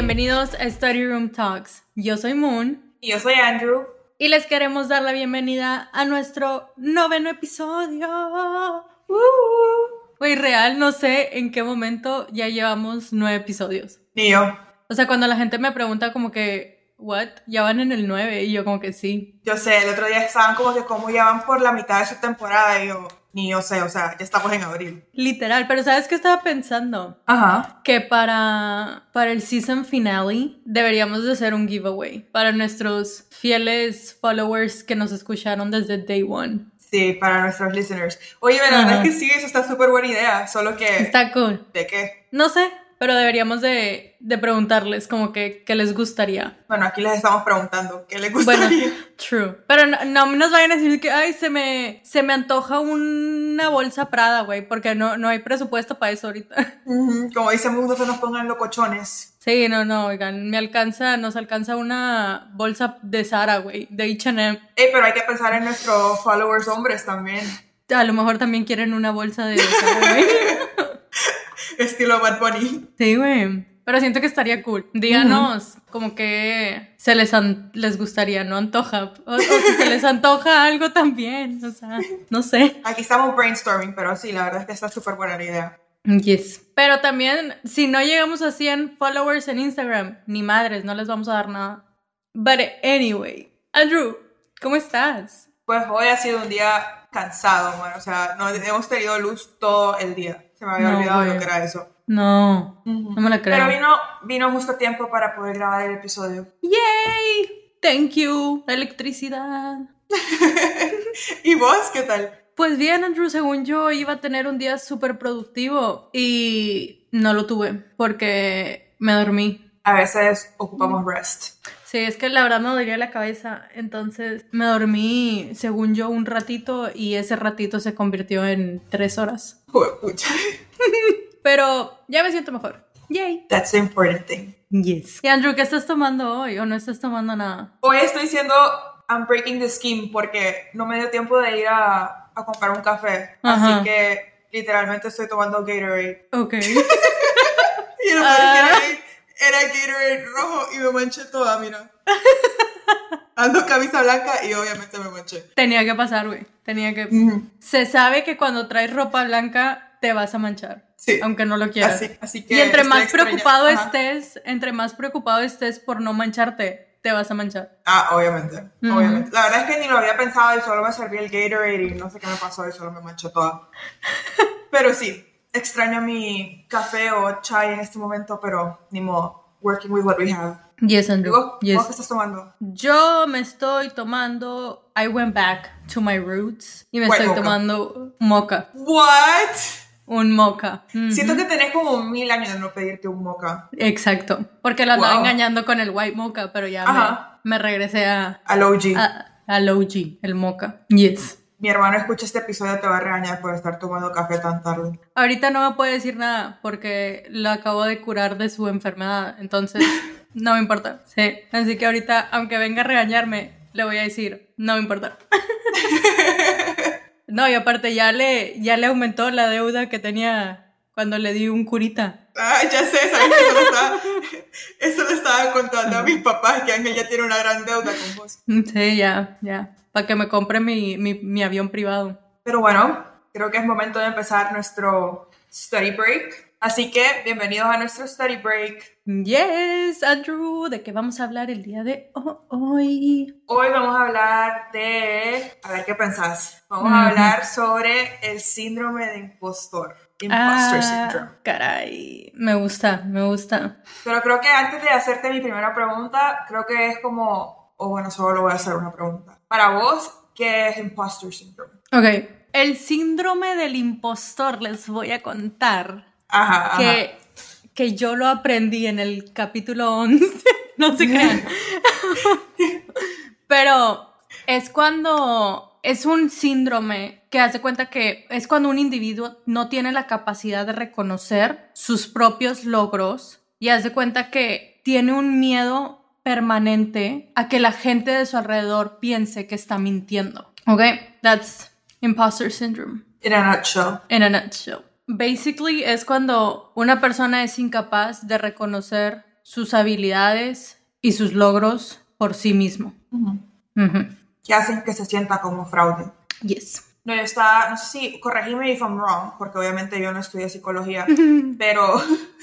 Bienvenidos a Study Room Talks. Yo soy Moon. Y yo soy Andrew. Y les queremos dar la bienvenida a nuestro 9º episodio. Güey, real, no sé en qué momento ya llevamos 9 episodios. Ni yo. O sea, cuando la gente me pregunta como que, ¿what? ¿Ya van en el 9? Y yo como que sí. Yo sé, el otro día estaban como que como ya van por la mitad de su temporada y yo, ni yo sé, o sea, ya estamos en abril. Literal, pero ¿sabes qué estaba pensando? Ajá. Que para el season finale deberíamos de hacer un giveaway para nuestros fieles followers que nos escucharon desde day one. Sí, para nuestros listeners. Oye, la verdad es que sí, eso está súper buena idea, solo que... Está cool. ¿De qué? No sé, pero deberíamos de preguntarles como que qué les gustaría. Bueno, aquí les estamos preguntando qué les gustaría. Bueno, true. Pero no nos vayan a decir que, ay, se me antoja una bolsa Prada, güey, porque no hay presupuesto para eso ahorita. Como dice Mundo, se nos pongan locochones. Sí, no, oigan, nos alcanza una bolsa de Zara, güey, de H&M. Pero hay que pensar en nuestros followers hombres también. A lo mejor también quieren una bolsa de Zara, güey. Estilo Bad Bunny. Sí, güey. Pero siento que estaría cool. Díganos como que les gustaría, ¿no? Antoja. O si se les antoja algo también. O sea, no sé. Aquí estamos brainstorming, pero sí, la verdad es que está súper buena la idea. Yes. Pero también, si no llegamos a 100 followers en Instagram, ni madres, no les vamos a dar nada. But anyway, Andrew, ¿cómo estás? Pues hoy ha sido un día cansado, bueno, o sea, no hemos tenido luz todo el día. Se me había olvidado lo que era eso. No me la creo. Pero vino justo a tiempo para poder grabar el episodio. ¡Yay! Thank you, electricidad. ¿Y vos qué tal? Pues bien, Andrew, según yo iba a tener un día súper productivo y no lo tuve porque me dormí. A veces ocupamos rest. Sí, es que la verdad me dolía la cabeza, entonces me dormí, según yo, un ratito y ese ratito se convirtió en 3 horas. Pucha. Pero ya me siento mejor. Yay. That's the important thing. Yes. Y Andrew, ¿qué estás tomando hoy o no estás tomando nada? Hoy estoy siendo I'm breaking the scheme porque no me dio tiempo de ir a comprar un café. Así que literalmente estoy tomando Gatorade. Ok. Y el Gatorade era Gatorade rojo y me manché toda, mira. Ando camisa blanca y obviamente me manché. Tenía que pasar, güey. Se sabe que cuando traes ropa blanca te vas a manchar. Sí. Aunque no lo quieras. Así que y entre más preocupado estés por no mancharte, te vas a manchar. Obviamente. Obviamente. La verdad es que ni lo había pensado y solo me serví el Gatorade y no sé qué me pasó y solo me manché toda. Pero sí, extraño mi café o chai en este momento, pero ni modo. Working with what we have. Yes, Andrew. ¿Vos yes. qué estás tomando? Yo me estoy tomando... I went back to my roots y me estoy tomando mocha. What? Un mocha. Siento que tenés como 1000 años de no pedirte un mocha. Exacto. Porque lo andaba engañando con el white mocha, pero ya me regresé al OG. Al OG, el mocha. Yes. Mi hermano escucha este episodio, te va a regañar por estar tomando café tan tarde. Ahorita no me puede decir nada porque lo acabo de curar de su enfermedad, entonces no me importa. Sí. Así que ahorita, aunque venga a regañarme, le voy a decir, no me importa. No, y aparte ya le aumentó la deuda que tenía cuando le di un curita. Ya sé, ¿sabes? Eso lo estaba contando a mis papás, que Ángel ya tiene una gran deuda con vos. Sí, ya. Para que me compre mi avión privado. Pero bueno, creo que es momento de empezar nuestro study break. Así que, bienvenidos a nuestro study break. Yes, Andrew, ¿de qué vamos a hablar el día de hoy? Hoy vamos a hablar de... A ver, ¿qué pensás? Vamos a hablar sobre el síndrome de impostor. Imposter syndrome. Caray, me gusta. Pero creo que antes de hacerte mi primera pregunta, creo que es como... solo voy a hacer una pregunta. Para vos, ¿qué es imposter syndrome? Ok, el síndrome del impostor les voy a contar que yo lo aprendí en el capítulo 11, no se crean. Pero es cuando es un síndrome que hace cuenta que es cuando un individuo no tiene la capacidad de reconocer sus propios logros y hace cuenta que tiene un miedo permanente a que la gente de su alrededor piense que está mintiendo. Ok, that's imposter syndrome. In a nutshell. Basically es cuando una persona es incapaz de reconocer sus habilidades y sus logros por sí mismo. Que hacen que se sienta como fraude. Yes. No, no sé si, corregime if I'm wrong, porque obviamente yo no estudié psicología, pero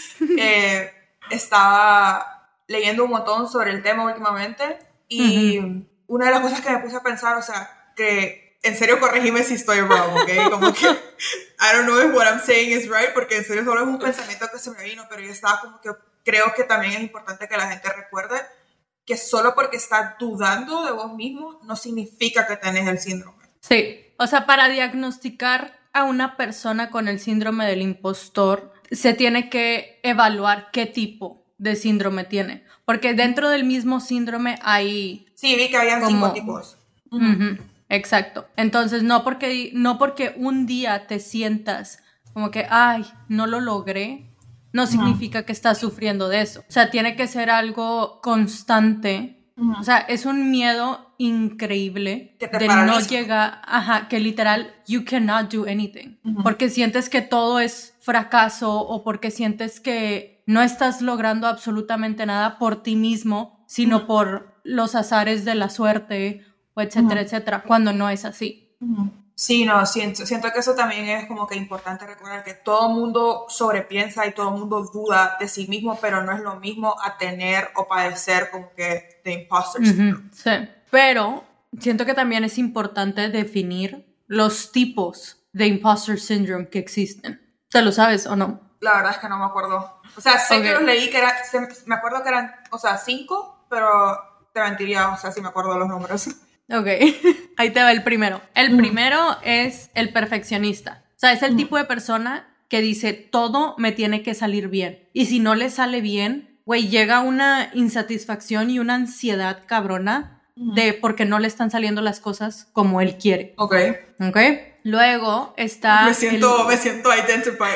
estaba leyendo un montón sobre el tema últimamente y una de las cosas que me puse a pensar, o sea, que en serio corregime si estoy wrong, ¿ok? Como que I don't know if what I'm saying is right, porque en serio solo es un pensamiento que se me vino, pero yo estaba como que creo que también es importante que la gente recuerde que solo porque estás dudando de vos mismo no significa que tenés el síndrome. Sí. O sea, para diagnosticar a una persona con el síndrome del impostor, se tiene que evaluar qué tipo de síndrome tiene. Porque dentro del mismo síndrome hay... Sí, vi que habían 5 tipos. Exacto. Entonces, no porque un día te sientas como que, ay, no lo logré, no significa que estás sufriendo de eso. O sea, tiene que ser algo constante. O sea, es un miedo increíble de no llegar, que literal, you cannot do anything. Porque sientes que todo es fracaso o porque sientes que no estás logrando absolutamente nada por ti mismo, sino por los azares de la suerte, o etcétera, etcétera, cuando no es así. Sí, no, siento que eso también es como que importante recordar que todo el mundo sobrepiensa y todo el mundo duda de sí mismo, pero no es lo mismo a tener o padecer como que de imposter syndrome. Sí, pero siento que también es importante definir los tipos de imposter syndrome que existen. ¿Te lo sabes o no? La verdad es que no me acuerdo. O sea, sé que los leí, me acuerdo que eran, o sea, 5, pero te mentiría, o sea, si me acuerdo los números. Ok, ahí te va el primero. El primero es el perfeccionista. O sea, es el tipo de persona que dice, todo me tiene que salir bien. Y si no le sale bien, güey, llega una insatisfacción y una ansiedad cabrona de porque no le están saliendo las cosas como él quiere. Ok. Luego está... Me siento identified.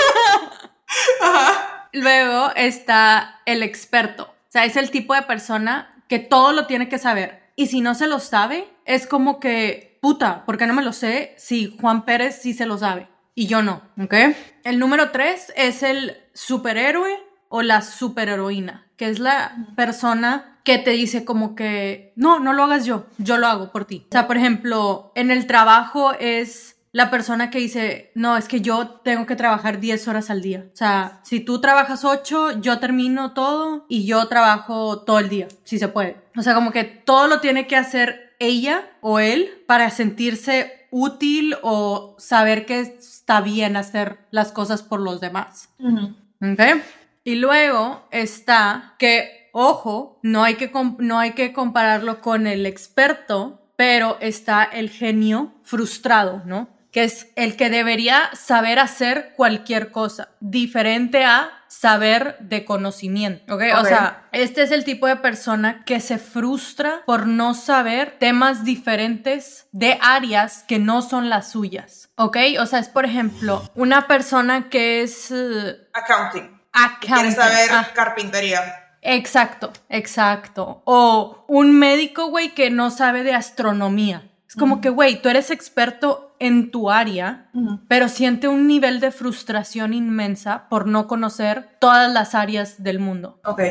Luego está el experto. O sea, es el tipo de persona que todo lo tiene que saber. Y si no se lo sabe, es como que, puta, ¿por qué no me lo sé si Juan Pérez sí se lo sabe y yo no? ¿Ok? El número 3 es el superhéroe o la superheroína, que es la persona que te dice como que, no lo hagas yo lo hago por ti. O sea, por ejemplo, en el trabajo es la persona que dice, no, es que yo tengo que trabajar 10 horas al día. O sea, si tú trabajas 8, yo termino todo y yo trabajo todo el día, si se puede. O sea, como que todo lo tiene que hacer ella o él para sentirse útil o saber que está bien hacer las cosas por los demás. ¿Ok? Y luego está que, ojo, no hay que compararlo con el experto, pero está el genio frustrado, ¿no? Que es el que debería saber hacer cualquier cosa, diferente a saber de conocimiento, ¿ok? O sea, este es el tipo de persona que se frustra por no saber temas diferentes de áreas que no son las suyas, ¿ok? O sea, es, por ejemplo, una persona que es... Accounting. Quiere saber carpintería. Exacto. O un médico, güey, que no sabe de astronomía. Es como que, güey, tú eres experto en tu área, pero siente un nivel de frustración inmensa por no conocer todas las áreas del mundo. Ok.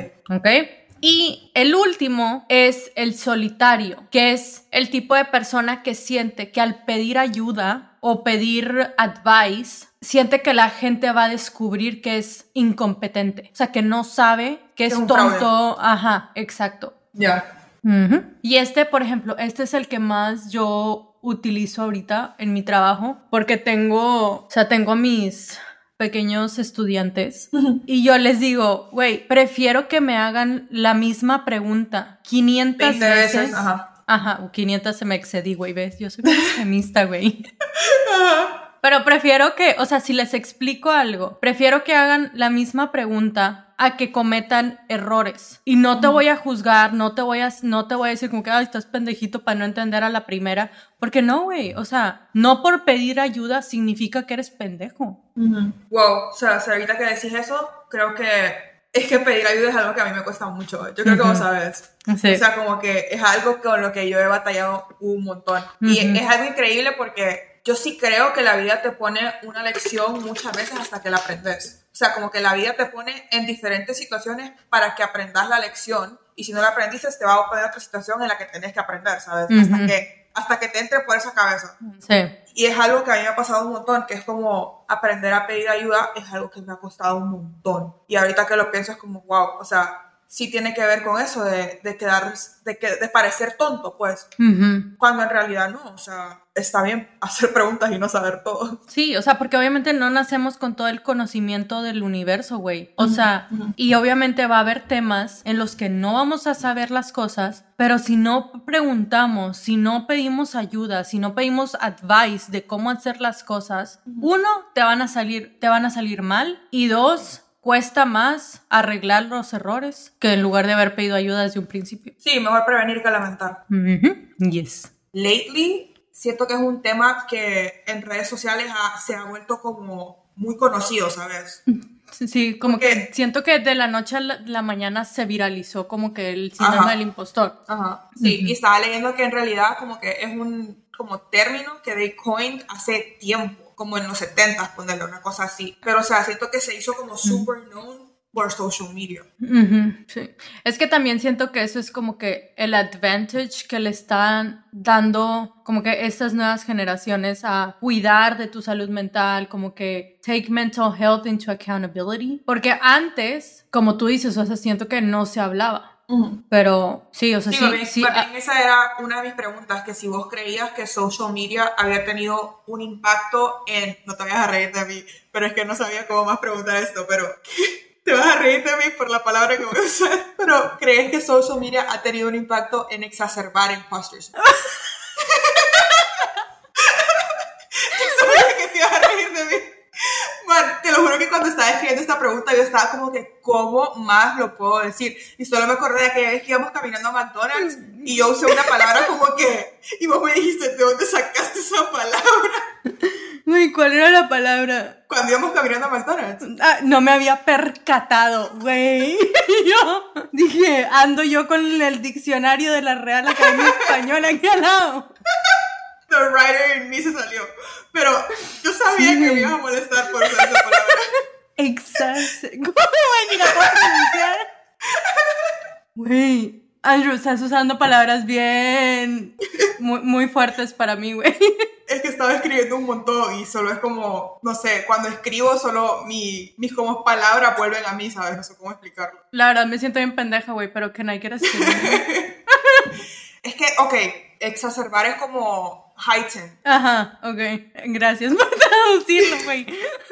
Y el último es el solitario, que es el tipo de persona que siente que al pedir ayuda o pedir advice, siente que la gente va a descubrir que es incompetente. O sea, que no sabe, que es tonto. Exacto. Ya. Y por ejemplo, este es el que más yo utilizo ahorita en mi trabajo, porque tengo a mis pequeños estudiantes y yo les digo, güey, prefiero que me hagan la misma pregunta 500 veces. 500 se me excedí, güey, ¿ves? Yo soy extremista, güey. Pero prefiero que, o sea, si les explico algo, prefiero que hagan la misma pregunta a que cometan errores. Y no te voy a juzgar, no te voy a decir como que, ay, estás pendejito para no entender a la primera. Porque no, güey, o sea, no por pedir ayuda significa que eres pendejo. Wow, o sea, ahorita que decís eso, creo que es que pedir ayuda es algo que a mí me cuesta mucho. Yo creo que vos sabes. Sí. O sea, como que es algo con lo que yo he batallado un montón. Y es algo increíble porque yo sí creo que la vida te pone una lección muchas veces hasta que la aprendes. O sea, como que la vida te pone en diferentes situaciones para que aprendas la lección, y si no la aprendiste te va a poner otra situación en la que tenés que aprender, ¿sabes? Hasta que te entre por esa cabeza. Sí. Y es algo que a mí me ha pasado un montón, que es como aprender a pedir ayuda, es algo que me ha costado un montón. Y ahorita que lo pienso es como, wow, o sea, sí tiene que ver con eso de parecer tonto, pues. Cuando en realidad no, o sea, está bien hacer preguntas y no saber todo. Sí, o sea, porque obviamente no nacemos con todo el conocimiento del universo, güey. O sea, y obviamente va a haber temas en los que no vamos a saber las cosas, pero si no preguntamos, si no pedimos ayuda, si no pedimos advice de cómo hacer las cosas, uno, te van a salir mal, y dos, cuesta más arreglar los errores que en lugar de haber pedido ayuda desde un principio. Sí, mejor prevenir que lamentar. Yes. Lately, siento que es un tema que en redes sociales se ha vuelto como muy conocido, ¿sabes? Sí, como que siento que de la noche a la mañana se viralizó como que el síndrome del impostor. Sí, y estaba leyendo que en realidad como que es un como término que they coined hace tiempo, como en los 70s, ponerle una cosa así. Pero, o sea, siento que se hizo como super known por social media. Sí. Es que también siento que eso es como que el advantage que le están dando como que estas nuevas generaciones a cuidar de tu salud mental, como que take mental health into accountability. Porque antes, como tú dices, o sea, siento que no se hablaba. Pero sí, o sea, sí. Esa era una de mis preguntas, que si vos creías que social media había tenido un impacto en... No te vayas a reír de mí, pero es que no sabía cómo más preguntar esto, pero... Te vas a reír de mí por la palabra que voy a usar, pero ¿crees que social media ha tenido un impacto en exacerbar imposter syndrome? Yo sabía que te ibas a reír de mí. Man, te lo juro que cuando estaba escribiendo esta pregunta yo estaba como que, ¿cómo más lo puedo decir? Y solo me acordé de aquella vez que íbamos caminando a McDonald's y yo usé una palabra como que, y vos me dijiste, ¿de dónde sacaste esa palabra? Uy, ¿cuál era la palabra? Cuando íbamos caminando a McDonald's. No me había percatado, güey. Yo dije, ando yo con el diccionario de la Real Academia Española aquí al lado. The writer en mí se salió. Pero yo sabía que me ibas a molestar por usar esa palabra. Exacto. ¿Cómo me voy a pronunciar? Güey, Andrew, estás usando palabras bien... muy fuertes para mí, güey. Es que estaba escribiendo un montón y solo es como, no sé, cuando escribo solo mis como palabras vuelven a mí, ¿sabes? No sé cómo explicarlo. La verdad me siento bien pendeja, güey, pero can I get a Es que, ok, exacerbar es como heighten. Ajá, ok. Gracias por traducirlo, güey.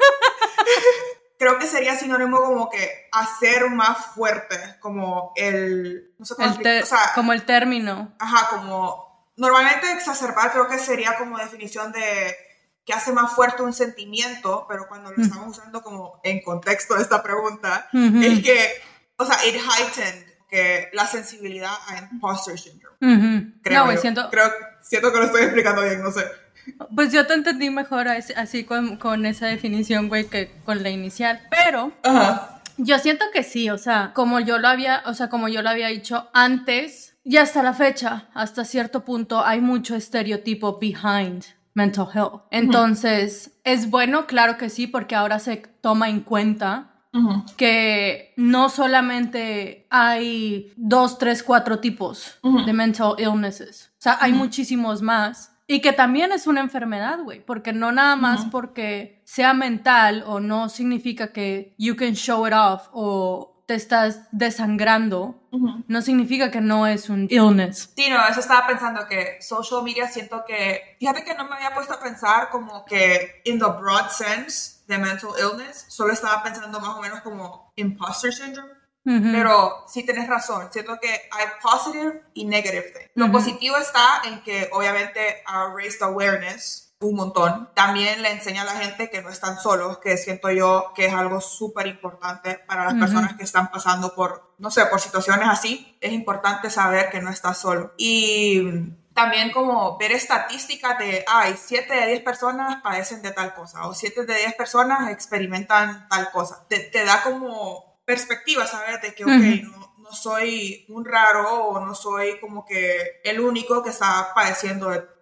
Creo que sería sinónimo como que hacer más fuerte, como el... No sé cómo explicar, o sea, como el término. Ajá, como... Normalmente exacerbar creo que sería como definición de que hace más fuerte un sentimiento, pero cuando lo estamos usando como en contexto de esta pregunta, es que, o sea, it heightened que la sensibilidad a imposter syndrome. Creo, no, güey, siento que lo estoy explicando bien, no sé. Pues yo te entendí mejor así con esa definición, güey, que con la inicial, pero... Yo siento que sí, o sea, como yo lo había dicho antes... Y hasta la fecha, hasta cierto punto, hay mucho estereotipo behind mental health. Entonces, ¿es bueno? Claro que sí, porque ahora se toma en cuenta que no solamente hay 2, 3, 4 tipos de mental illnesses. O sea, hay muchísimos más. Y que también es una enfermedad, güey, porque no nada más porque sea mental o no significa que you can show it off o te estás desangrando, no significa que no es un illness. Sí, no, eso estaba pensando que social media siento que... Fíjate que no me había puesto a pensar como que in the broad sense de mental illness, solo estaba pensando más o menos como imposter syndrome. Pero sí tienes razón, siento que hay positive y negative thing. Lo positivo está en que obviamente ha raised awareness un montón. También le enseña a la gente que no están solos, que siento yo que es algo súper importante para las personas que están pasando por, no sé, por situaciones así. Es importante saber que no estás solo. Y también como ver estadísticas de, 7 de 10 personas padecen de tal cosa, o 7 de 10 personas experimentan tal cosa. Te da como perspectiva, ¿sabes? De que, no soy un raro o no soy como que el único que está padeciendo de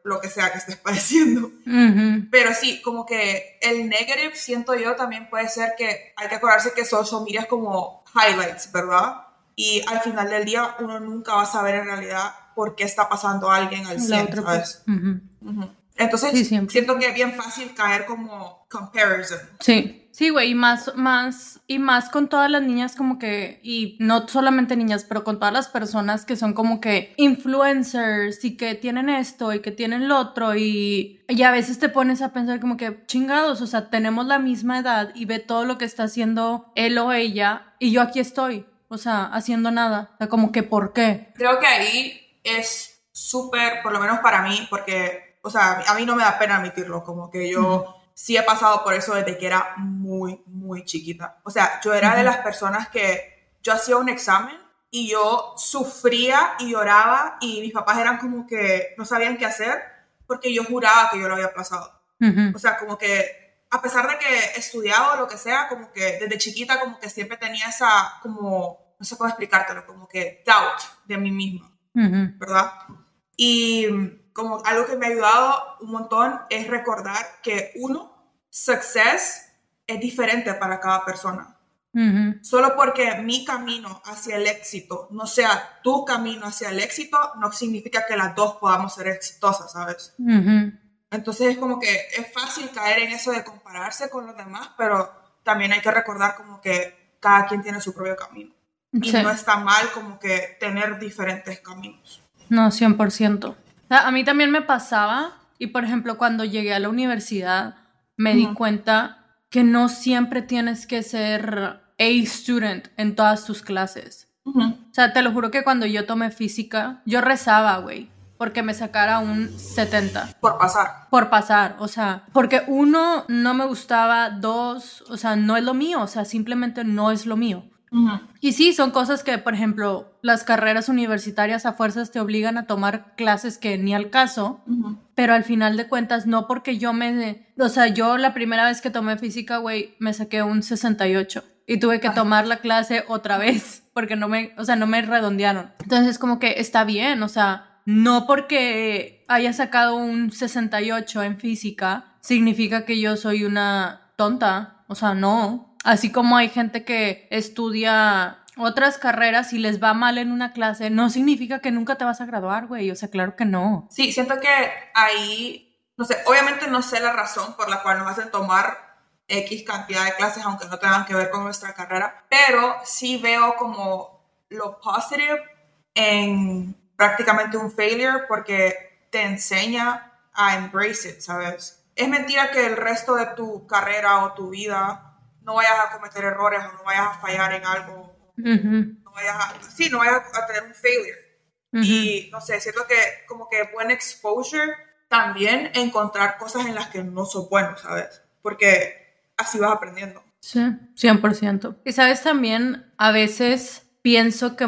lo que sea que estés padeciendo. Ujú. Pero sí, como que el negative, siento yo, también puede ser que hay que acordarse que social media es como highlights, ¿verdad? Y al final del día uno nunca va a saber en realidad por qué está pasando a alguien al La 100, otra, ¿sabes? ujú. Entonces, Sí, siempre. siento que es bien fácil caer como comparison. Sí, sí, güey, y más con todas las niñas como que, y no solamente niñas, pero con todas las personas que son como que influencers y que tienen esto y que tienen lo otro y a veces te pones a pensar como que chingados, o sea, tenemos la misma edad y ve todo lo que está haciendo él o ella y yo aquí estoy, o sea, haciendo nada, o sea, como que ¿por qué? Creo que ahí es súper, por lo menos para mí, porque, o sea, a mí no me da pena admitirlo, como que yo sí he pasado por eso desde que era muy, muy chiquita. O sea, yo era de las personas que yo hacía un examen y yo sufría y lloraba y mis papás eran como que no sabían qué hacer porque yo juraba que yo lo había pasado. O sea, como que a pesar de que estudiaba o lo que sea, como que desde chiquita como que siempre tenía esa, como, no sé cómo explicártelo, como que doubt de mí misma, ¿verdad? Y como algo que me ha ayudado un montón es recordar que success es diferente para cada persona. Solo porque mi camino hacia el éxito no sea tu camino hacia el éxito, no significa que las dos podamos ser exitosas, ¿sabes? Entonces es como que es fácil caer en eso de compararse con los demás, pero también hay que recordar como que cada quien tiene su propio camino. Y Sí. no está mal como que tener diferentes caminos. No, 100%. O sea, a mí también me pasaba y, por ejemplo, cuando llegué a la universidad, me di cuenta que no siempre tienes que ser A student en todas tus clases. O sea, te lo juro que cuando yo tomé física, yo rezaba, güey, porque me sacara un 70. Por pasar. Por pasar, o sea, porque uno, no me gustaba, dos, o sea, no es lo mío, o sea, simplemente no es lo mío. Y sí, son cosas que, por ejemplo, las carreras universitarias a fuerzas te obligan a tomar clases que ni al caso, pero al final de cuentas no porque o sea, yo la primera vez que tomé física, güey, me saqué un 68 y tuve que tomar la clase otra vez porque no me redondearon. Entonces como que está bien, o sea, no porque haya sacado un 68 en física significa que yo soy una tonta, o sea, no. Así como hay gente que estudia otras carreras y les va mal en una clase, no significa que nunca te vas a graduar, güey. O sea, claro que no. Sí, siento que ahí, no sé, obviamente no sé la razón por la cual nos hacen tomar X cantidad de clases, aunque no tengan que ver con nuestra carrera, pero sí veo como lo positive en prácticamente un failure porque te enseña a embrace it, ¿sabes? Es mentira que el resto de tu carrera o tu vida no vayas a cometer errores o no vayas a fallar en algo, no vayas a tener un failure. Y no sé, siento que como que buen exposure también encontrar cosas en las que no sos bueno, ¿sabes? Porque así vas aprendiendo. Sí, 100%. Y sabes también, a veces pienso que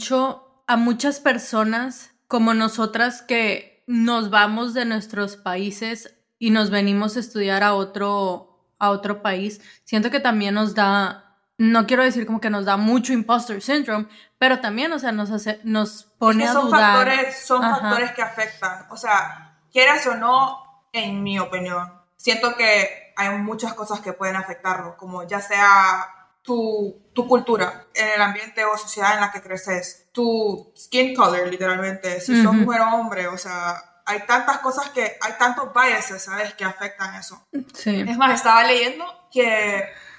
a muchas personas como nosotras que nos vamos de nuestros países y nos venimos a estudiar a otro país, siento que también nos da, no quiero decir como que nos da mucho imposter syndrome, pero también, o sea, nos pone es que a dudar. Son factores que afectan. O sea, quieras o no, en mi opinión, siento que hay muchas cosas que pueden afectarlo, como ya sea tu cultura en el ambiente o sociedad en la que creces, tu skin color, literalmente, si sos mujer o hombre, o sea, hay tantas cosas hay tantos biases, ¿sabes?, que afectan eso. Sí. Es más, estaba leyendo que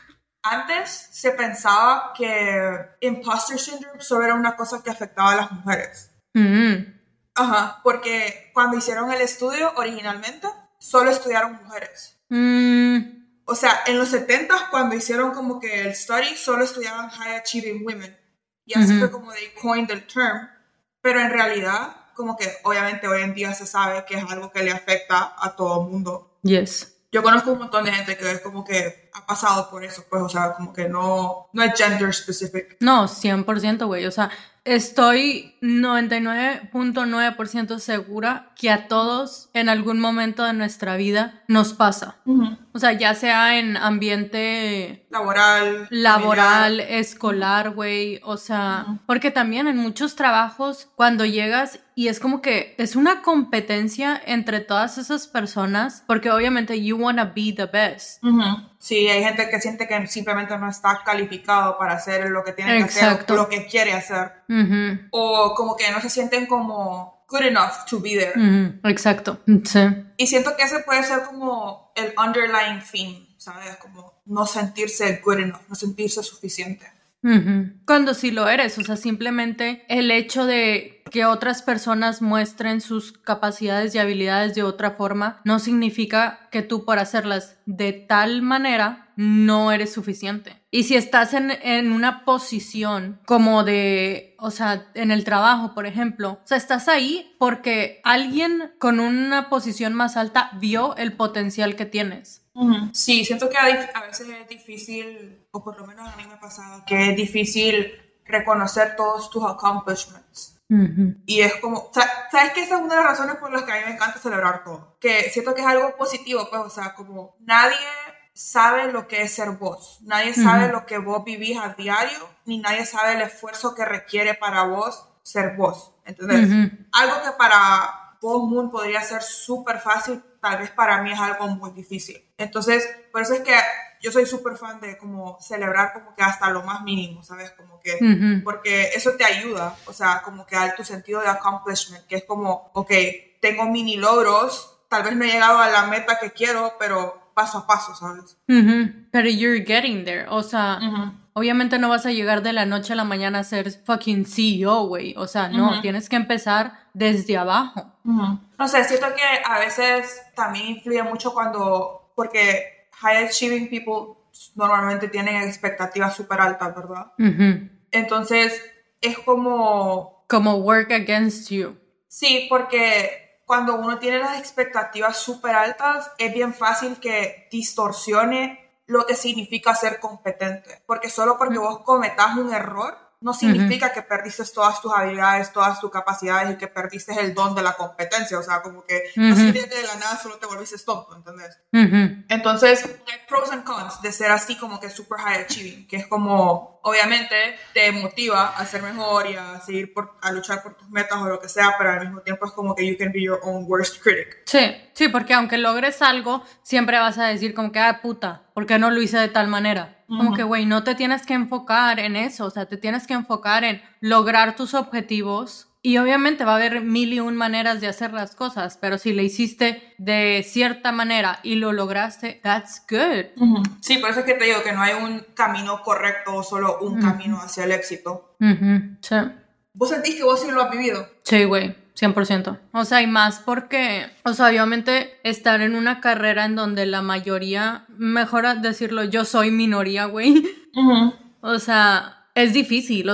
antes se pensaba que imposter syndrome solo era una cosa que afectaba a las mujeres. Ajá, porque cuando hicieron el estudio originalmente, solo estudiaron mujeres. O sea, en los 70s, cuando hicieron como que el study, solo estudiaban high achieving women. Y así fue como they coined the term. Pero en realidad, como que obviamente hoy en día se sabe que es algo que le afecta a todo el mundo. Yes. Yo conozco un montón de gente que es como que ha pasado por eso, pues, o sea, como que no es gender specific. No, 100%, güey, o sea, estoy 99.9% segura que a todos en algún momento de nuestra vida nos pasa. O sea, ya sea en ambiente laboral, escolar, güey, o sea, porque también en muchos trabajos cuando llegas y es como que es una competencia entre todas esas personas, porque obviamente you wanna be the best. Sí, hay gente que siente que simplemente no está calificado para hacer lo que tiene que hacer, o lo que quiere hacer. O como que no se sienten como good enough to be there. Exacto, sí. Y siento que ese puede ser como el underlying theme, ¿sabes? Como no sentirse good enough, no sentirse suficiente. Cuando sí lo eres, o sea, simplemente el hecho de que otras personas muestren sus capacidades y habilidades de otra forma no significa que tú por hacerlas de tal manera no eres suficiente. Y si estás en una posición como de, o sea, en el trabajo, por ejemplo, o sea, estás ahí porque alguien con una posición más alta vio el potencial que tienes. Sí, siento que a veces es difícil, o por lo menos a mí me ha pasado, que es difícil reconocer todos tus accomplishments. Y es como, ¿sabes que esa es una de las razones por las que a mí me encanta celebrar todo? Que siento que es algo positivo, pues, o sea, como nadie sabe lo que es ser vos, nadie sabe lo que vos vivís a diario, ni nadie sabe el esfuerzo que requiere para vos ser vos, ¿entendés? Algo que para vos, Moon, podría ser súper fácil, tal vez para mí es algo muy difícil. Entonces, por eso es que yo soy súper fan de como celebrar como que hasta lo más mínimo, ¿sabes? Como que, porque eso te ayuda, o sea, como que a tu sentido de accomplishment, que es como, ok, tengo mini logros, tal vez no he llegado a la meta que quiero, pero paso a paso, ¿sabes? Pero you're getting there, o sea, obviamente no vas a llegar de la noche a la mañana a ser fucking CEO, güey, o sea, no, tienes que empezar desde abajo. No sé, siento que a veces también influye mucho porque high achieving people normalmente tienen expectativas súper altas, ¿verdad? Entonces, es como work against you. Sí, porque cuando uno tiene las expectativas súper altas, es bien fácil que distorsione lo que significa ser competente. Porque solo porque vos cometas un error, no significa que perdiste todas tus habilidades, todas tus capacidades y que perdiste el don de la competencia. O sea, como que no significa que de la nada solo te volviste tonto, ¿entendés? Entonces, hay pros and cons de ser así como que super high achieving, que es como, obviamente, te motiva a ser mejor y a seguir a luchar por tus metas o lo que sea, pero al mismo tiempo es como que you can be your own worst critic. Sí, porque aunque logres algo, siempre vas a decir como que, puta, ¿por qué no lo hice de tal manera? Como que, güey, no te tienes que enfocar en eso, o sea, te tienes que enfocar en lograr tus objetivos y obviamente va a haber 1001 maneras de hacer las cosas, pero si le hiciste de cierta manera y lo lograste, that's good. Sí, por eso es que te digo que no hay un camino correcto o solo un camino hacia el éxito. Sí. ¿Vos sentís que vos sí lo has vivido? Sí, güey. 100%. O sea, y más porque, o sea, obviamente estar en una carrera en donde la mayoría, mejor decirlo, yo soy minoría, güey. O sea, es difícil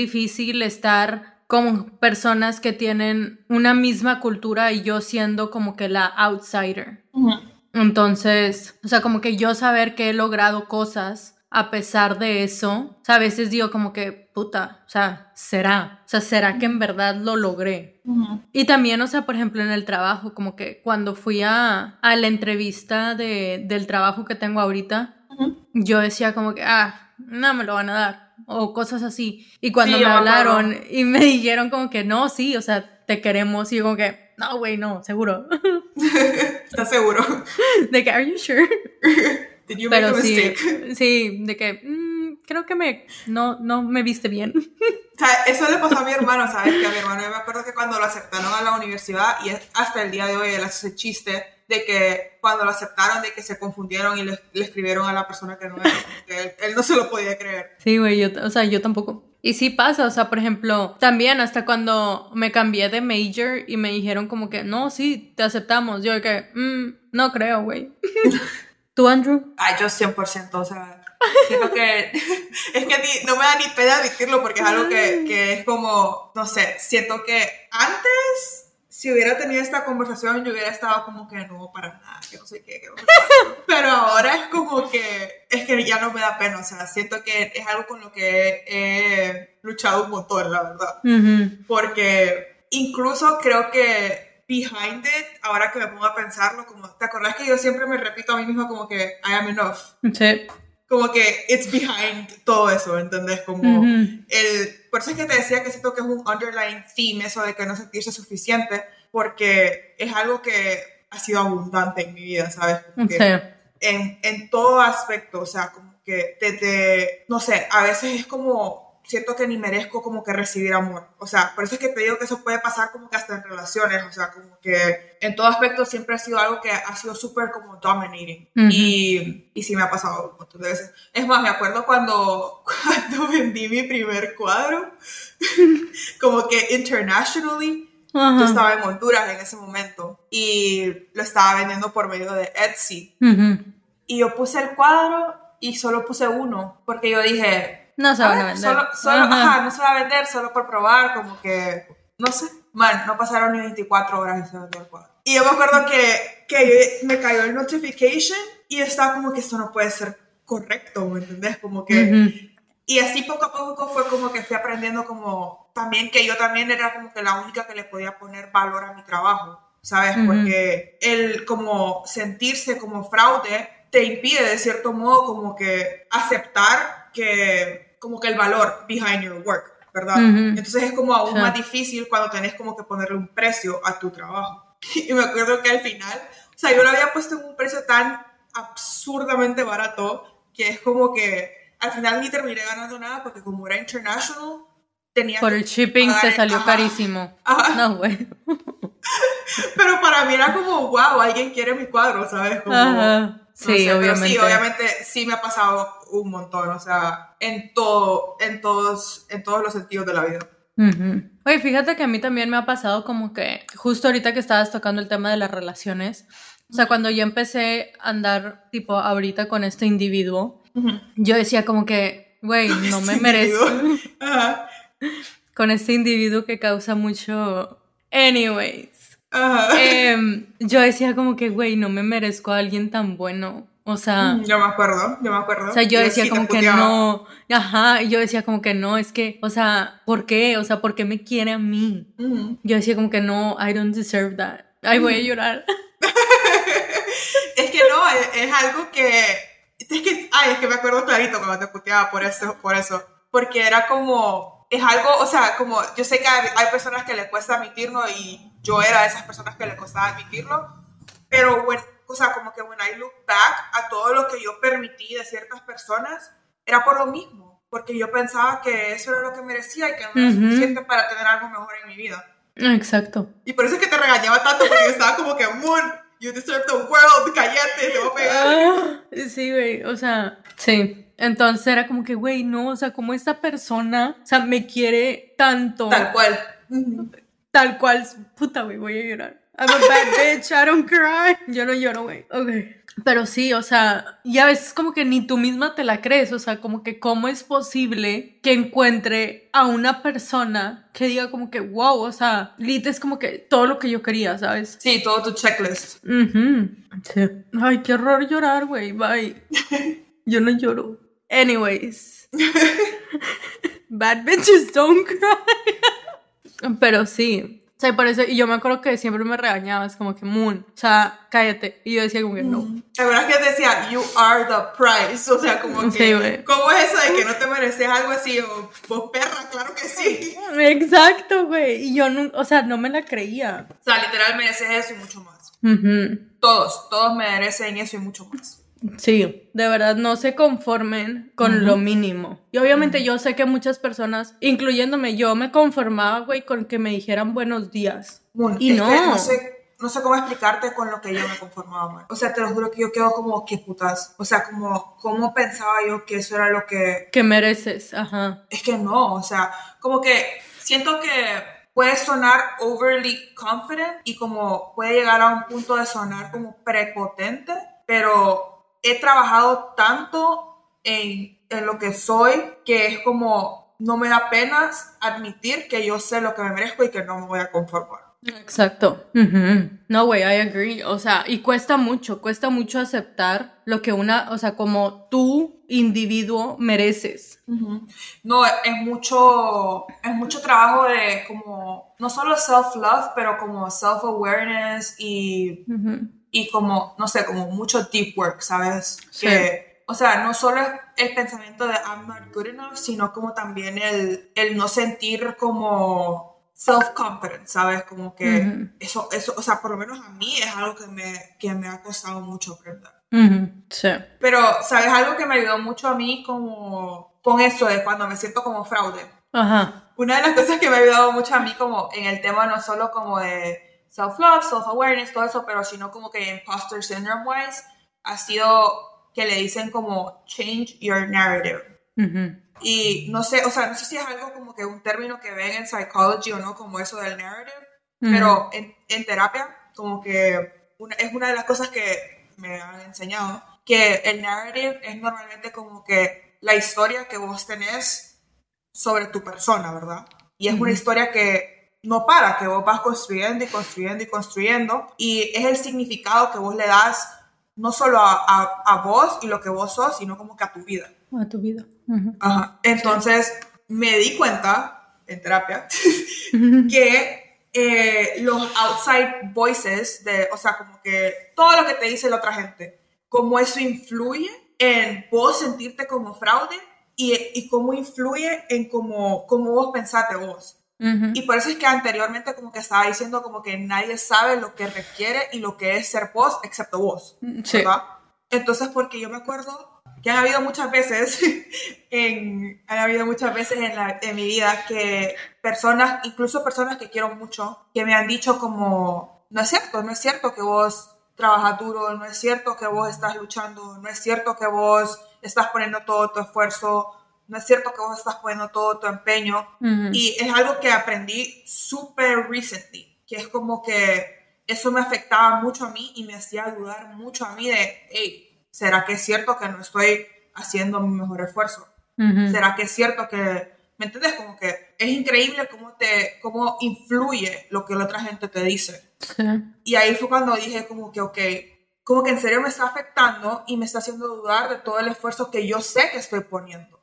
estar con personas que tienen una misma cultura y yo siendo como que la outsider. Entonces, o sea, como que yo saber que he logrado cosas a pesar de eso, o sea, a veces digo como que, puta, o sea, ¿será que en verdad lo logré? Y también, o sea, por ejemplo, en el trabajo, como que cuando fui a la entrevista del trabajo que tengo ahorita, yo decía como que, no me lo van a dar, o cosas así. Y cuando me hablaron y me dijeron como que, no, sí, o sea, te queremos, y yo como que, no, güey, no, seguro. ¿Estás seguro? De que, are you sure? Did you make a mistake? Sí, de que creo que no me viste bien. O sea, eso le pasó a mi hermano, ¿sabes? Que a mi hermano, yo me acuerdo que cuando lo aceptaron a la universidad, y hasta el día de hoy él hace ese chiste de que cuando lo aceptaron, de que se confundieron y le escribieron a la persona que no era, que él no se lo podía creer. Sí, güey, yo tampoco. Y sí pasa, o sea, por ejemplo, también hasta cuando me cambié de major y me dijeron como que, no, sí, te aceptamos. Yo de que, no creo, güey. ¿Tú, Andrew? Yo 100%, o sea, siento que es que no me da ni pena admitirlo porque es algo que es como, no sé, siento que antes si hubiera tenido esta conversación, yo hubiera estado como que no, para nada, que no sé qué, que no sé cuánto. Pero ahora es como que, es que ya no me da pena, o sea, siento que es algo con lo que he luchado un montón, la verdad. Porque incluso creo que behind it, ahora que me pongo a pensarlo, como, ¿te acordás que yo siempre me repito a mí misma como que I am enough? Sí. Como que it's behind todo eso, ¿entendés? Como por eso es que te decía que siento que es un underlying theme eso de que no sentirse suficiente, porque es algo que ha sido abundante en mi vida, ¿sabes? Porque en todo aspecto, o sea, como que desde, no sé, a veces es como siento que ni merezco como que recibir amor. O sea, por eso es que te digo que eso puede pasar como que hasta en relaciones. O sea, como que en todo aspecto siempre ha sido algo que ha sido súper como dominating. Y sí me ha pasado un montón de veces. Es más, me acuerdo cuando vendí mi primer cuadro, como que internationally, yo estaba en Honduras en ese momento y lo estaba vendiendo por medio de Etsy. Y yo puse el cuadro y solo puse uno, porque yo dije... No se van a vender. No se va a vender solo por probar, como que, no sé. Man, no pasaron ni 24 horas y se vendió el cuadro. Y yo me acuerdo que me cayó el notification y yo estaba como que esto no puede ser correcto, ¿me entendés? Como que... Y así poco a poco fue como que fui aprendiendo como también que yo también era como que la única que le podía poner valor a mi trabajo, ¿sabes? Porque el como sentirse como fraude te impide de cierto modo como que aceptar que como que el valor behind your work, ¿verdad? Entonces es como aún más difícil cuando tenés como que ponerle un precio a tu trabajo. Y me acuerdo que al final, o sea, yo lo había puesto en un precio tan absurdamente barato que es como que al final ni terminé ganando nada porque como era international, tenía por que el shipping pagar te salió carísimo. No, güey. Pero para mí era como, wow, alguien quiere mi cuadro, ¿sabes? Como, Sí, no sé, obviamente. Pero sí, obviamente sí me ha pasado un montón, o sea, en todos los sentidos de la vida. Oye, fíjate que a mí también me ha pasado como que justo ahorita que estabas tocando el tema de las relaciones, o sea, cuando yo empecé a andar tipo ahorita con este individuo, yo decía como que, güey, no me merezco. Con este individuo que causa mucho... Anyways. Yo decía como que, güey, no me merezco a alguien tan bueno. O sea... Yo me acuerdo. O sea, yo decía como que no... Ajá, y yo decía como que no, es que... O sea, ¿por qué? O sea, ¿por qué me quiere a mí? Yo decía como que no, I don't deserve that. Ay, voy a llorar. Es que no, es algo que... Es que me acuerdo clarito cuando te puteaba por eso. Porque era como... Es algo, o sea, como... Yo sé que hay personas que les cuesta admitirlo y yo era de esas personas que les costaba admitirlo. Pero, bueno, o sea, como que when I look back a todo lo que yo permití de ciertas personas, era por lo mismo. Porque yo pensaba que eso era lo que merecía y que no era suficiente para tener algo mejor en mi vida. Exacto. Y por eso es que te regañaba tanto, porque yo estaba como que, Moon, you deserve the world, cállate, te voy a pegar. Sí, güey, o sea, sí. Entonces era como que, güey, no, o sea, como esta persona, o sea, me quiere tanto. Tal cual. Tal cual, puta, güey, voy a llorar. I'm a bad bitch, I don't cry. Yo no lloro, güey. Ok. Pero sí, o sea, y a veces como que ni tú misma te la crees, o sea, como que cómo es posible que encuentre a una persona que diga como que, wow, o sea, lit es como que todo lo que yo quería, ¿sabes? Sí, todo tu checklist. Sí. Ay, qué horror llorar, güey, bye. Yo no lloro. Anyways. Bad bitches don't cry. Pero sí. O sea, por eso, y yo me acuerdo que siempre me regañabas como que, Moon, o sea, cállate. Y yo decía como que no. La verdad es que decía, you are the prize. O sea, como que, sí, ¿cómo es eso de que no te mereces algo así? O, vos perra, claro que sí. Exacto, güey. Y yo, no, o sea, no me la creía. O sea, literal mereces eso y mucho más. Todos merecen eso y mucho más. Sí, de verdad, no se conformen con lo mínimo. Y obviamente yo sé que muchas personas, incluyéndome, yo me conformaba, güey, con que me dijeran buenos días. Y no. No sé cómo explicarte con lo que yo me conformaba, man. O sea, te lo juro que yo quedo como, qué putas. O sea, como, ¿cómo pensaba yo que eso era lo que... Que mereces, ajá. Es que no, o sea, como que siento que puede sonar overly confident y como puede llegar a un punto de sonar como prepotente, pero... He trabajado tanto en lo que soy que es como no me da pena admitir que yo sé lo que me merezco y que no me voy a conformar. Exacto. Ujú. No, güey, I agree. O sea, y cuesta mucho aceptar lo que o sea, como tú, individuo, mereces. Ujú. No, es mucho trabajo de como, no solo self-love, pero como self-awareness Ujú. y como, no sé, como mucho deep work, ¿sabes? Sí. Que, o sea, no solo es el pensamiento de I'm not good enough, sino como también el no sentir como self-confidence, ¿sabes? Como Ujú. que eso, o sea, por lo menos a mí es algo que me ha costado mucho aprender. Ujú. Sí. Pero, ¿sabes? Algo que me ayudó mucho a mí como con eso de cuando me siento como fraude. Ajá. Una de las cosas que me ha ayudado mucho a mí como en el tema no solo como de self-love, self-awareness, todo eso, pero sino como que imposter syndrome wise, ha sido que le dicen como change your narrative. Ujú. Y no sé, o sea, no sé si es algo como que un término que ven en psychology o no, como eso del narrative, Ujú. pero en terapia como que es una de las cosas que me han enseñado, que el narrative es normalmente como que la historia que vos tenés sobre tu persona, ¿verdad? Y es una Ujú. historia que no para, que vos vas construyendo y construyendo y construyendo, y es el significado que vos le das no solo a vos y lo que vos sos, sino como que a tu vida. A tu vida. Ujú. Ajá. Sí. Entonces me di cuenta en terapia Ujú. que los outside voices, o sea, como que todo lo que te dice la otra gente, cómo eso influye en vos sentirte como fraude y cómo influye en cómo vos pensate vos. Ujú. Y por eso es que anteriormente como que estaba diciendo como que nadie sabe lo que requiere y lo que es ser vos excepto vos, Sí. ¿verdad? Entonces, porque yo me acuerdo que han habido muchas veces en mi vida que personas, incluso personas que quiero mucho, que me han dicho como, no es cierto que vos trabajas duro, no es cierto que vos estás luchando, no es cierto que vos estás poniendo todo tu esfuerzo, no es cierto que vos estás poniendo todo tu empeño. Ujú. Y es algo que aprendí súper recently, que es como que eso me afectaba mucho a mí y me hacía dudar mucho a mí de, hey, ¿será que es cierto que no estoy haciendo mi mejor esfuerzo? Ujú. ¿Será que es cierto que, ¿me entiendes? Como que es increíble cómo influye lo que la otra gente te dice. Sí. Y ahí fue cuando dije como que, ok, como que en serio me está afectando y me está haciendo dudar de todo el esfuerzo que yo sé que estoy poniendo.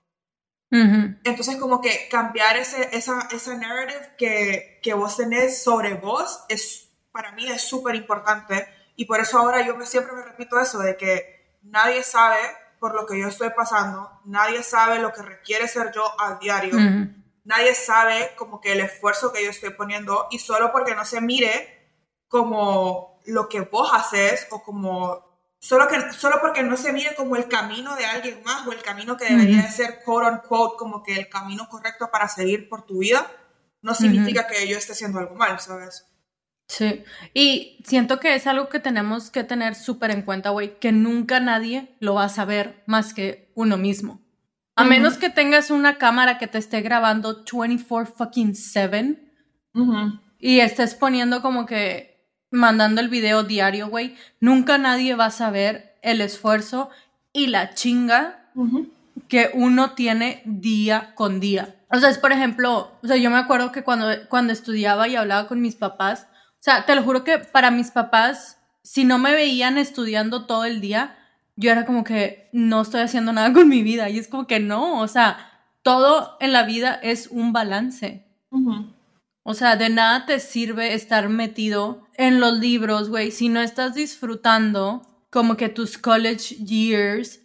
Ujú. Entonces, como que cambiar esa narrative que vos tenés sobre vos, para mí es súper importante. Y por eso ahora siempre me repito eso, de que nadie sabe por lo que yo estoy pasando, nadie sabe lo que requiere ser yo a diario, Ujú. nadie sabe como que el esfuerzo que yo estoy poniendo y solo porque no se mire como lo que vos haces o como solo porque no se mire como el camino de alguien más o el camino que debería de Ujú. ser quote unquote como que el camino correcto para seguir por tu vida, no Ujú. significa que yo esté haciendo algo mal, ¿sabes? Sí, y siento que es algo que tenemos que tener súper en cuenta, güey, que nunca nadie lo va a saber más que uno mismo. A menos Ujú, que tengas una cámara que te esté grabando 24 fucking 7 ujú, y estés poniendo como que mandando el video diario, güey, nunca nadie va a saber el esfuerzo y la chinga ujú, que uno tiene día con día. O sea, es por ejemplo, o sea, yo me acuerdo que cuando estudiaba y hablaba con mis papás, o sea, te lo juro que para mis papás, si no me veían estudiando todo el día, yo era como que no estoy haciendo nada con mi vida. Y es como que no, o sea, todo en la vida es un balance. ujú. O sea, de nada te sirve estar metido en los libros, güey, si no estás disfrutando como que tus college years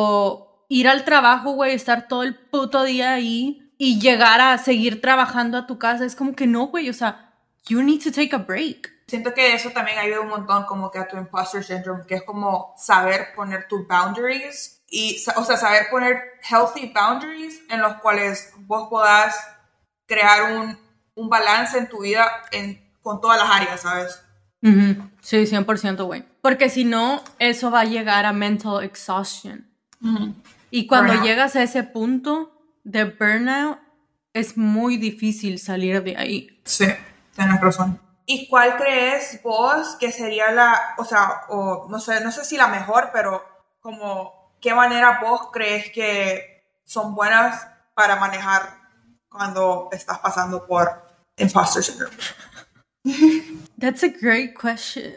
o ir al trabajo, güey, estar todo el puto día ahí y llegar a seguir trabajando a tu casa. Es como que no, güey, o sea, you need to take a break. Siento que eso también ayuda un montón como que a tu imposter syndrome, que es como saber poner tus boundaries y, o sea, saber poner healthy boundaries en los cuales vos podás crear un balance en tu vida con todas las áreas, ¿sabes? Ujú. Sí, 100%, güey. Porque si no, eso va a llegar a mental exhaustion. Ujú. Y cuando Burnout. llegas a ese punto de burnout, es muy difícil salir de ahí. Sí, tienes razón. ¿Y cuál crees vos que sería o sea, o no sé si la mejor, pero como, qué manera vos crees que son buenas para manejar cuando estás pasando por imposter syndrome? That's a great question.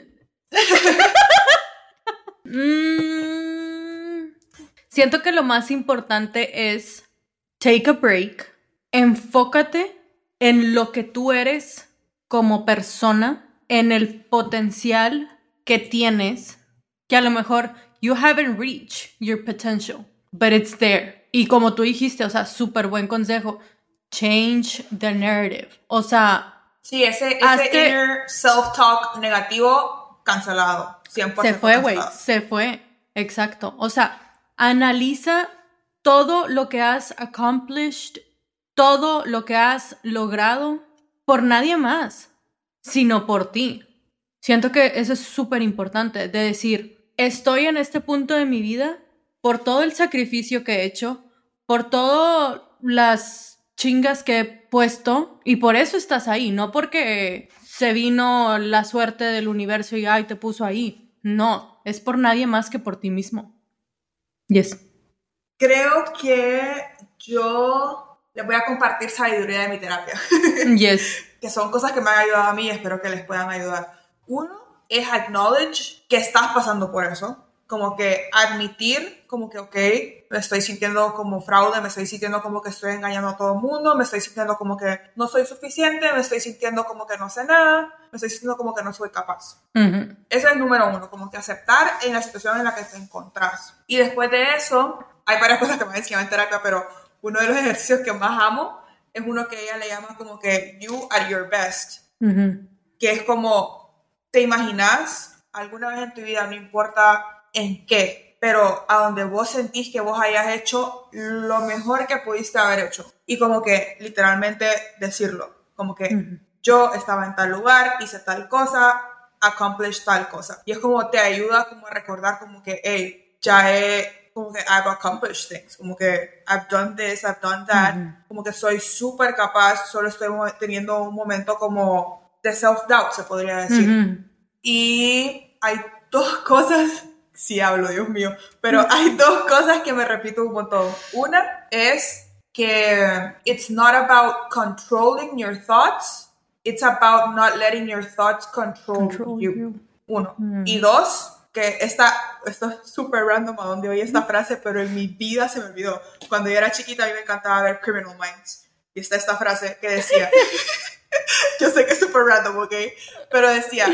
Siento que lo más importante es take a break, enfócate en lo que tú eres como persona, en el potencial que tienes, que a lo mejor you haven't reached your potential, but it's there. Y como tú dijiste, o sea, súper buen consejo, change the narrative. O sea, sí, ese inner self-talk negativo, cancelado. 100% se fue, güey, cancelado. se fue. Exacto. O sea, analiza todo lo que has accomplished, todo lo que has logrado por nadie más, sino por ti. Siento que eso es súper importante, de decir, estoy en este punto de mi vida por todo el sacrificio que he hecho, por todas las chingas que he puesto, y por eso estás ahí, no porque se vino la suerte del universo y ay, te puso ahí. No, es por nadie más que por ti mismo. Yes. Creo que yo les voy a compartir sabiduría de mi terapia. Yes. Que son cosas que me han ayudado a mí y espero que les puedan ayudar. Uno es acknowledge que estás pasando por eso. Como que admitir, como que, ok, me estoy sintiendo como fraude, me estoy sintiendo como que estoy engañando a todo el mundo, me estoy sintiendo como que no soy suficiente, me estoy sintiendo como que no sé nada, me estoy sintiendo como que no soy capaz. Uh-huh. Ese es el número uno, como que aceptar en la situación en la que te encontrás. Y después de eso, hay varias cosas que me enseñaban en terapia, pero uno de los ejercicios que más amo es uno que ella le llama como que you at your best. Uh-huh. Que es como, ¿te imaginas alguna vez en tu vida, no importa en qué, pero a donde vos sentís que vos hayas hecho lo mejor que pudiste haber hecho? Y como que literalmente decirlo, como que Uh-huh. yo estaba en tal lugar, hice tal cosa, accomplished tal cosa. Y es como te ayuda como a recordar como que, hey, ya he, como que I've accomplished things, como que I've done this, I've done that, Uh-huh. como que soy súper capaz, solo estoy teniendo un momento como de self-doubt, se podría decir. Uh-huh. Y hay dos cosas, sí hablo, Dios mío, pero hay dos cosas que me repito un montón. Una es que it's not about controlling your thoughts, it's about not letting your thoughts control you. Uno. Y dos, que esto es súper random a donde oí esta frase, pero en mi vida se me olvidó. Cuando yo era chiquita a mí me encantaba ver Criminal Minds. Y está esta frase que decía, yo sé que es súper random, ¿ok? Pero decía,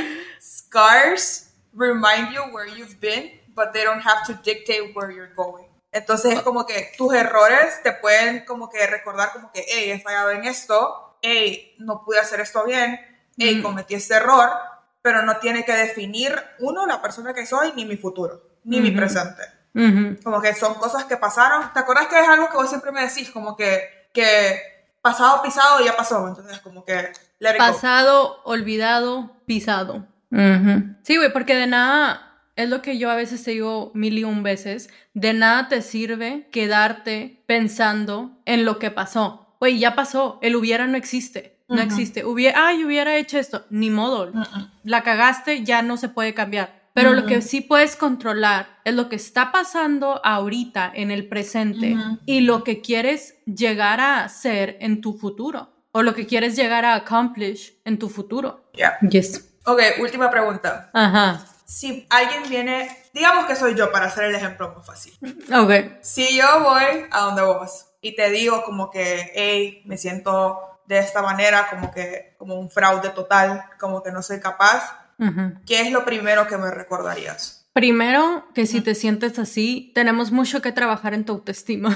scars remind you where you've been, but they don't have to dictate where you're going. Entonces es como que tus errores te pueden como que recordar como que, hey, he fallado en esto, hey, no pude hacer esto bien, hey, cometí este error, pero no tiene que definir, uno, la persona que soy, ni mi futuro, ni mi presente. Como que son cosas que pasaron. ¿Te acuerdas que es algo que vos siempre me decís? Como que pasado, pisado, ya pasó. Entonces, como que let it pasado, go. Olvidado, pisado. Sí, güey, porque de nada, es lo que yo a veces te digo 1,001 veces, de nada te sirve quedarte pensando en lo que pasó. Güey, ya pasó, el hubiera no existe. No existe. Hubiera hecho esto. Ni modo. La cagaste, ya no se puede cambiar. Pero lo que sí puedes controlar es lo que está pasando ahorita en el presente y lo que quieres llegar a ser en tu futuro o lo que quieres llegar a accomplish en tu futuro. Yeah. Yes. Ok, última pregunta. Ajá. Si alguien viene, digamos que soy yo para hacer el ejemplo más fácil. Ok. Si yo voy a donde vos y te digo como que, hey, me siento de esta manera, como un fraude total, como que no soy capaz, ¿qué es lo primero que me recordarías? Primero, que si te sientes así, tenemos mucho que trabajar en tu autoestima.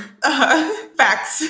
Facts.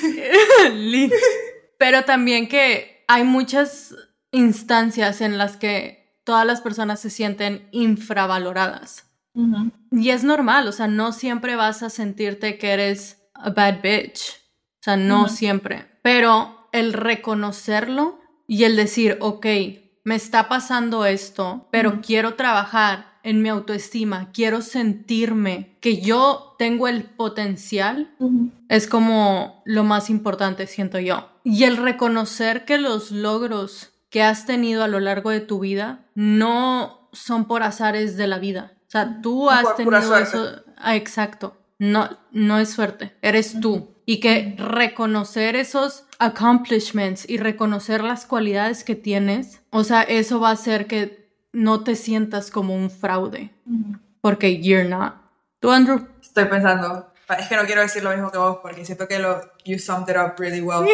Pero también que hay muchas instancias en las que todas las personas se sienten infravaloradas. Y es normal, o sea, no siempre vas a sentirte que eres a bad bitch. O sea, no siempre. Pero el reconocerlo y el decir, ok, me está pasando esto, pero quiero trabajar en mi autoestima, quiero sentirme que yo tengo el potencial, es como lo más importante, siento yo. Y el reconocer que los logros que has tenido a lo largo de tu vida no son por azares de la vida. O sea, tú has tenido eso. Exacto. No es suerte, eres tú. y que reconocer esos accomplishments y reconocer las cualidades que tienes, o sea, eso va a hacer que no te sientas como un fraude, porque you're not. ¿Tú, Andrew? Estoy pensando, es que no quiero decir lo mismo que vos porque siento que you summed it up really well.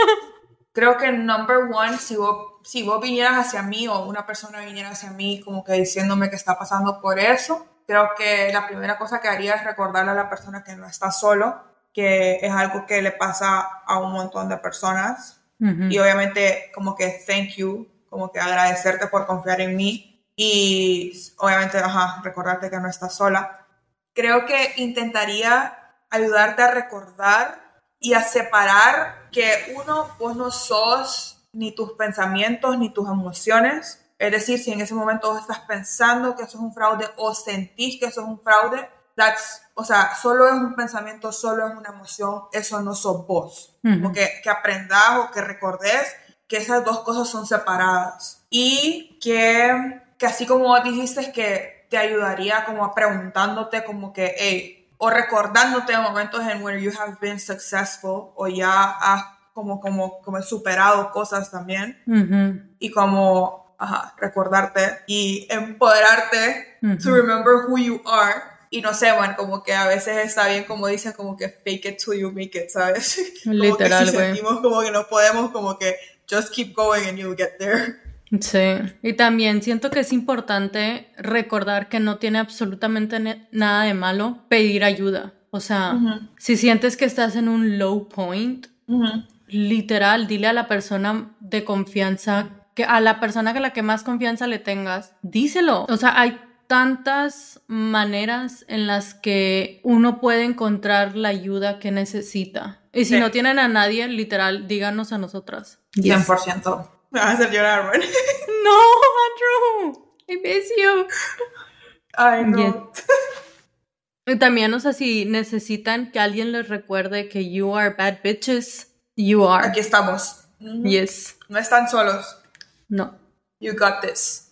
Creo que number one, si vos vinieras hacia mí o una persona viniera hacia mí como que diciéndome que está pasando por eso, creo que la primera cosa que haría es recordarle a la persona que no está solo, que es algo que le pasa a un montón de personas. Y obviamente como que thank you, como que agradecerte por confiar en mí y obviamente recordarte que no estás sola. Creo que intentaría ayudarte a recordar y a separar que vos no sos ni tus pensamientos ni tus emociones. Es decir, si en ese momento vos estás pensando que eso es un fraude o sentís que eso es un fraude, solo es un pensamiento, solo es una emoción, eso no sos vos. Como que aprendás o que recordés que esas dos cosas son separadas. Y que así como vos dijiste que te ayudaría como preguntándote como que, hey, o recordándote en momentos en where you have been successful o ya has como superado cosas también y como recordarte y empoderarte to remember who you are y no sé, bueno, como que a veces está bien como dicen como que fake it till you make it, ¿sabes? Literal, como que si sentimos como que no podemos como que just keep going and you'll get there. Sí, y también siento que es importante recordar que no tiene absolutamente nada de malo pedir ayuda. O sea, si sientes que estás en un low point, literal, dile a la persona de confianza, a la persona a la que más confianza le tengas, díselo. O sea, hay tantas maneras en las que uno puede encontrar la ayuda que necesita. Y si no tienen a nadie, literal, díganos a nosotras. 100%. Me vas a hacer llorar, man. No, Andrew, I miss you. Ay, no. Y también, o sea, si necesitan que alguien les recuerde que you are bad bitches, you are. Aquí estamos. Yes. No están solos. No. You got this.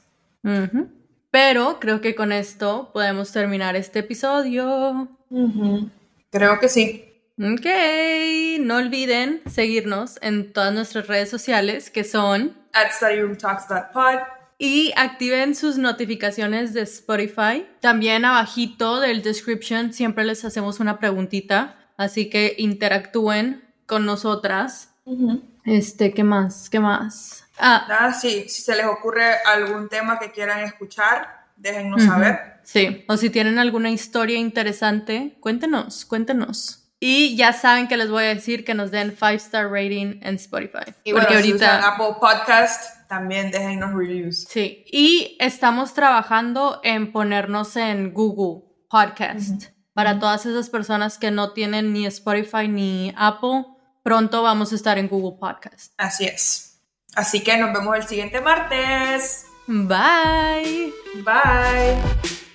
Pero creo que con esto podemos terminar este episodio. Creo que sí. Ok, no olviden seguirnos en todas nuestras redes sociales que son @studyroomtalks.pod y activen sus notificaciones de Spotify. También abajito del description siempre les hacemos una preguntita, así que interactúen con nosotras. ¿Qué más? Nada, sí, si se les ocurre algún tema que quieran escuchar, déjennos saber. Sí, o si tienen alguna historia interesante, cuéntenos. Y ya saben que les voy a decir que nos den 5-star rating en Spotify. Y porque bueno, si usan Apple Podcast, también déjennos reviews. Sí, y estamos trabajando en ponernos en Google Podcast. Para todas esas personas que no tienen ni Spotify ni Apple, pronto vamos a estar en Google Podcast. Así es. Así que nos vemos el siguiente martes. Bye. Bye.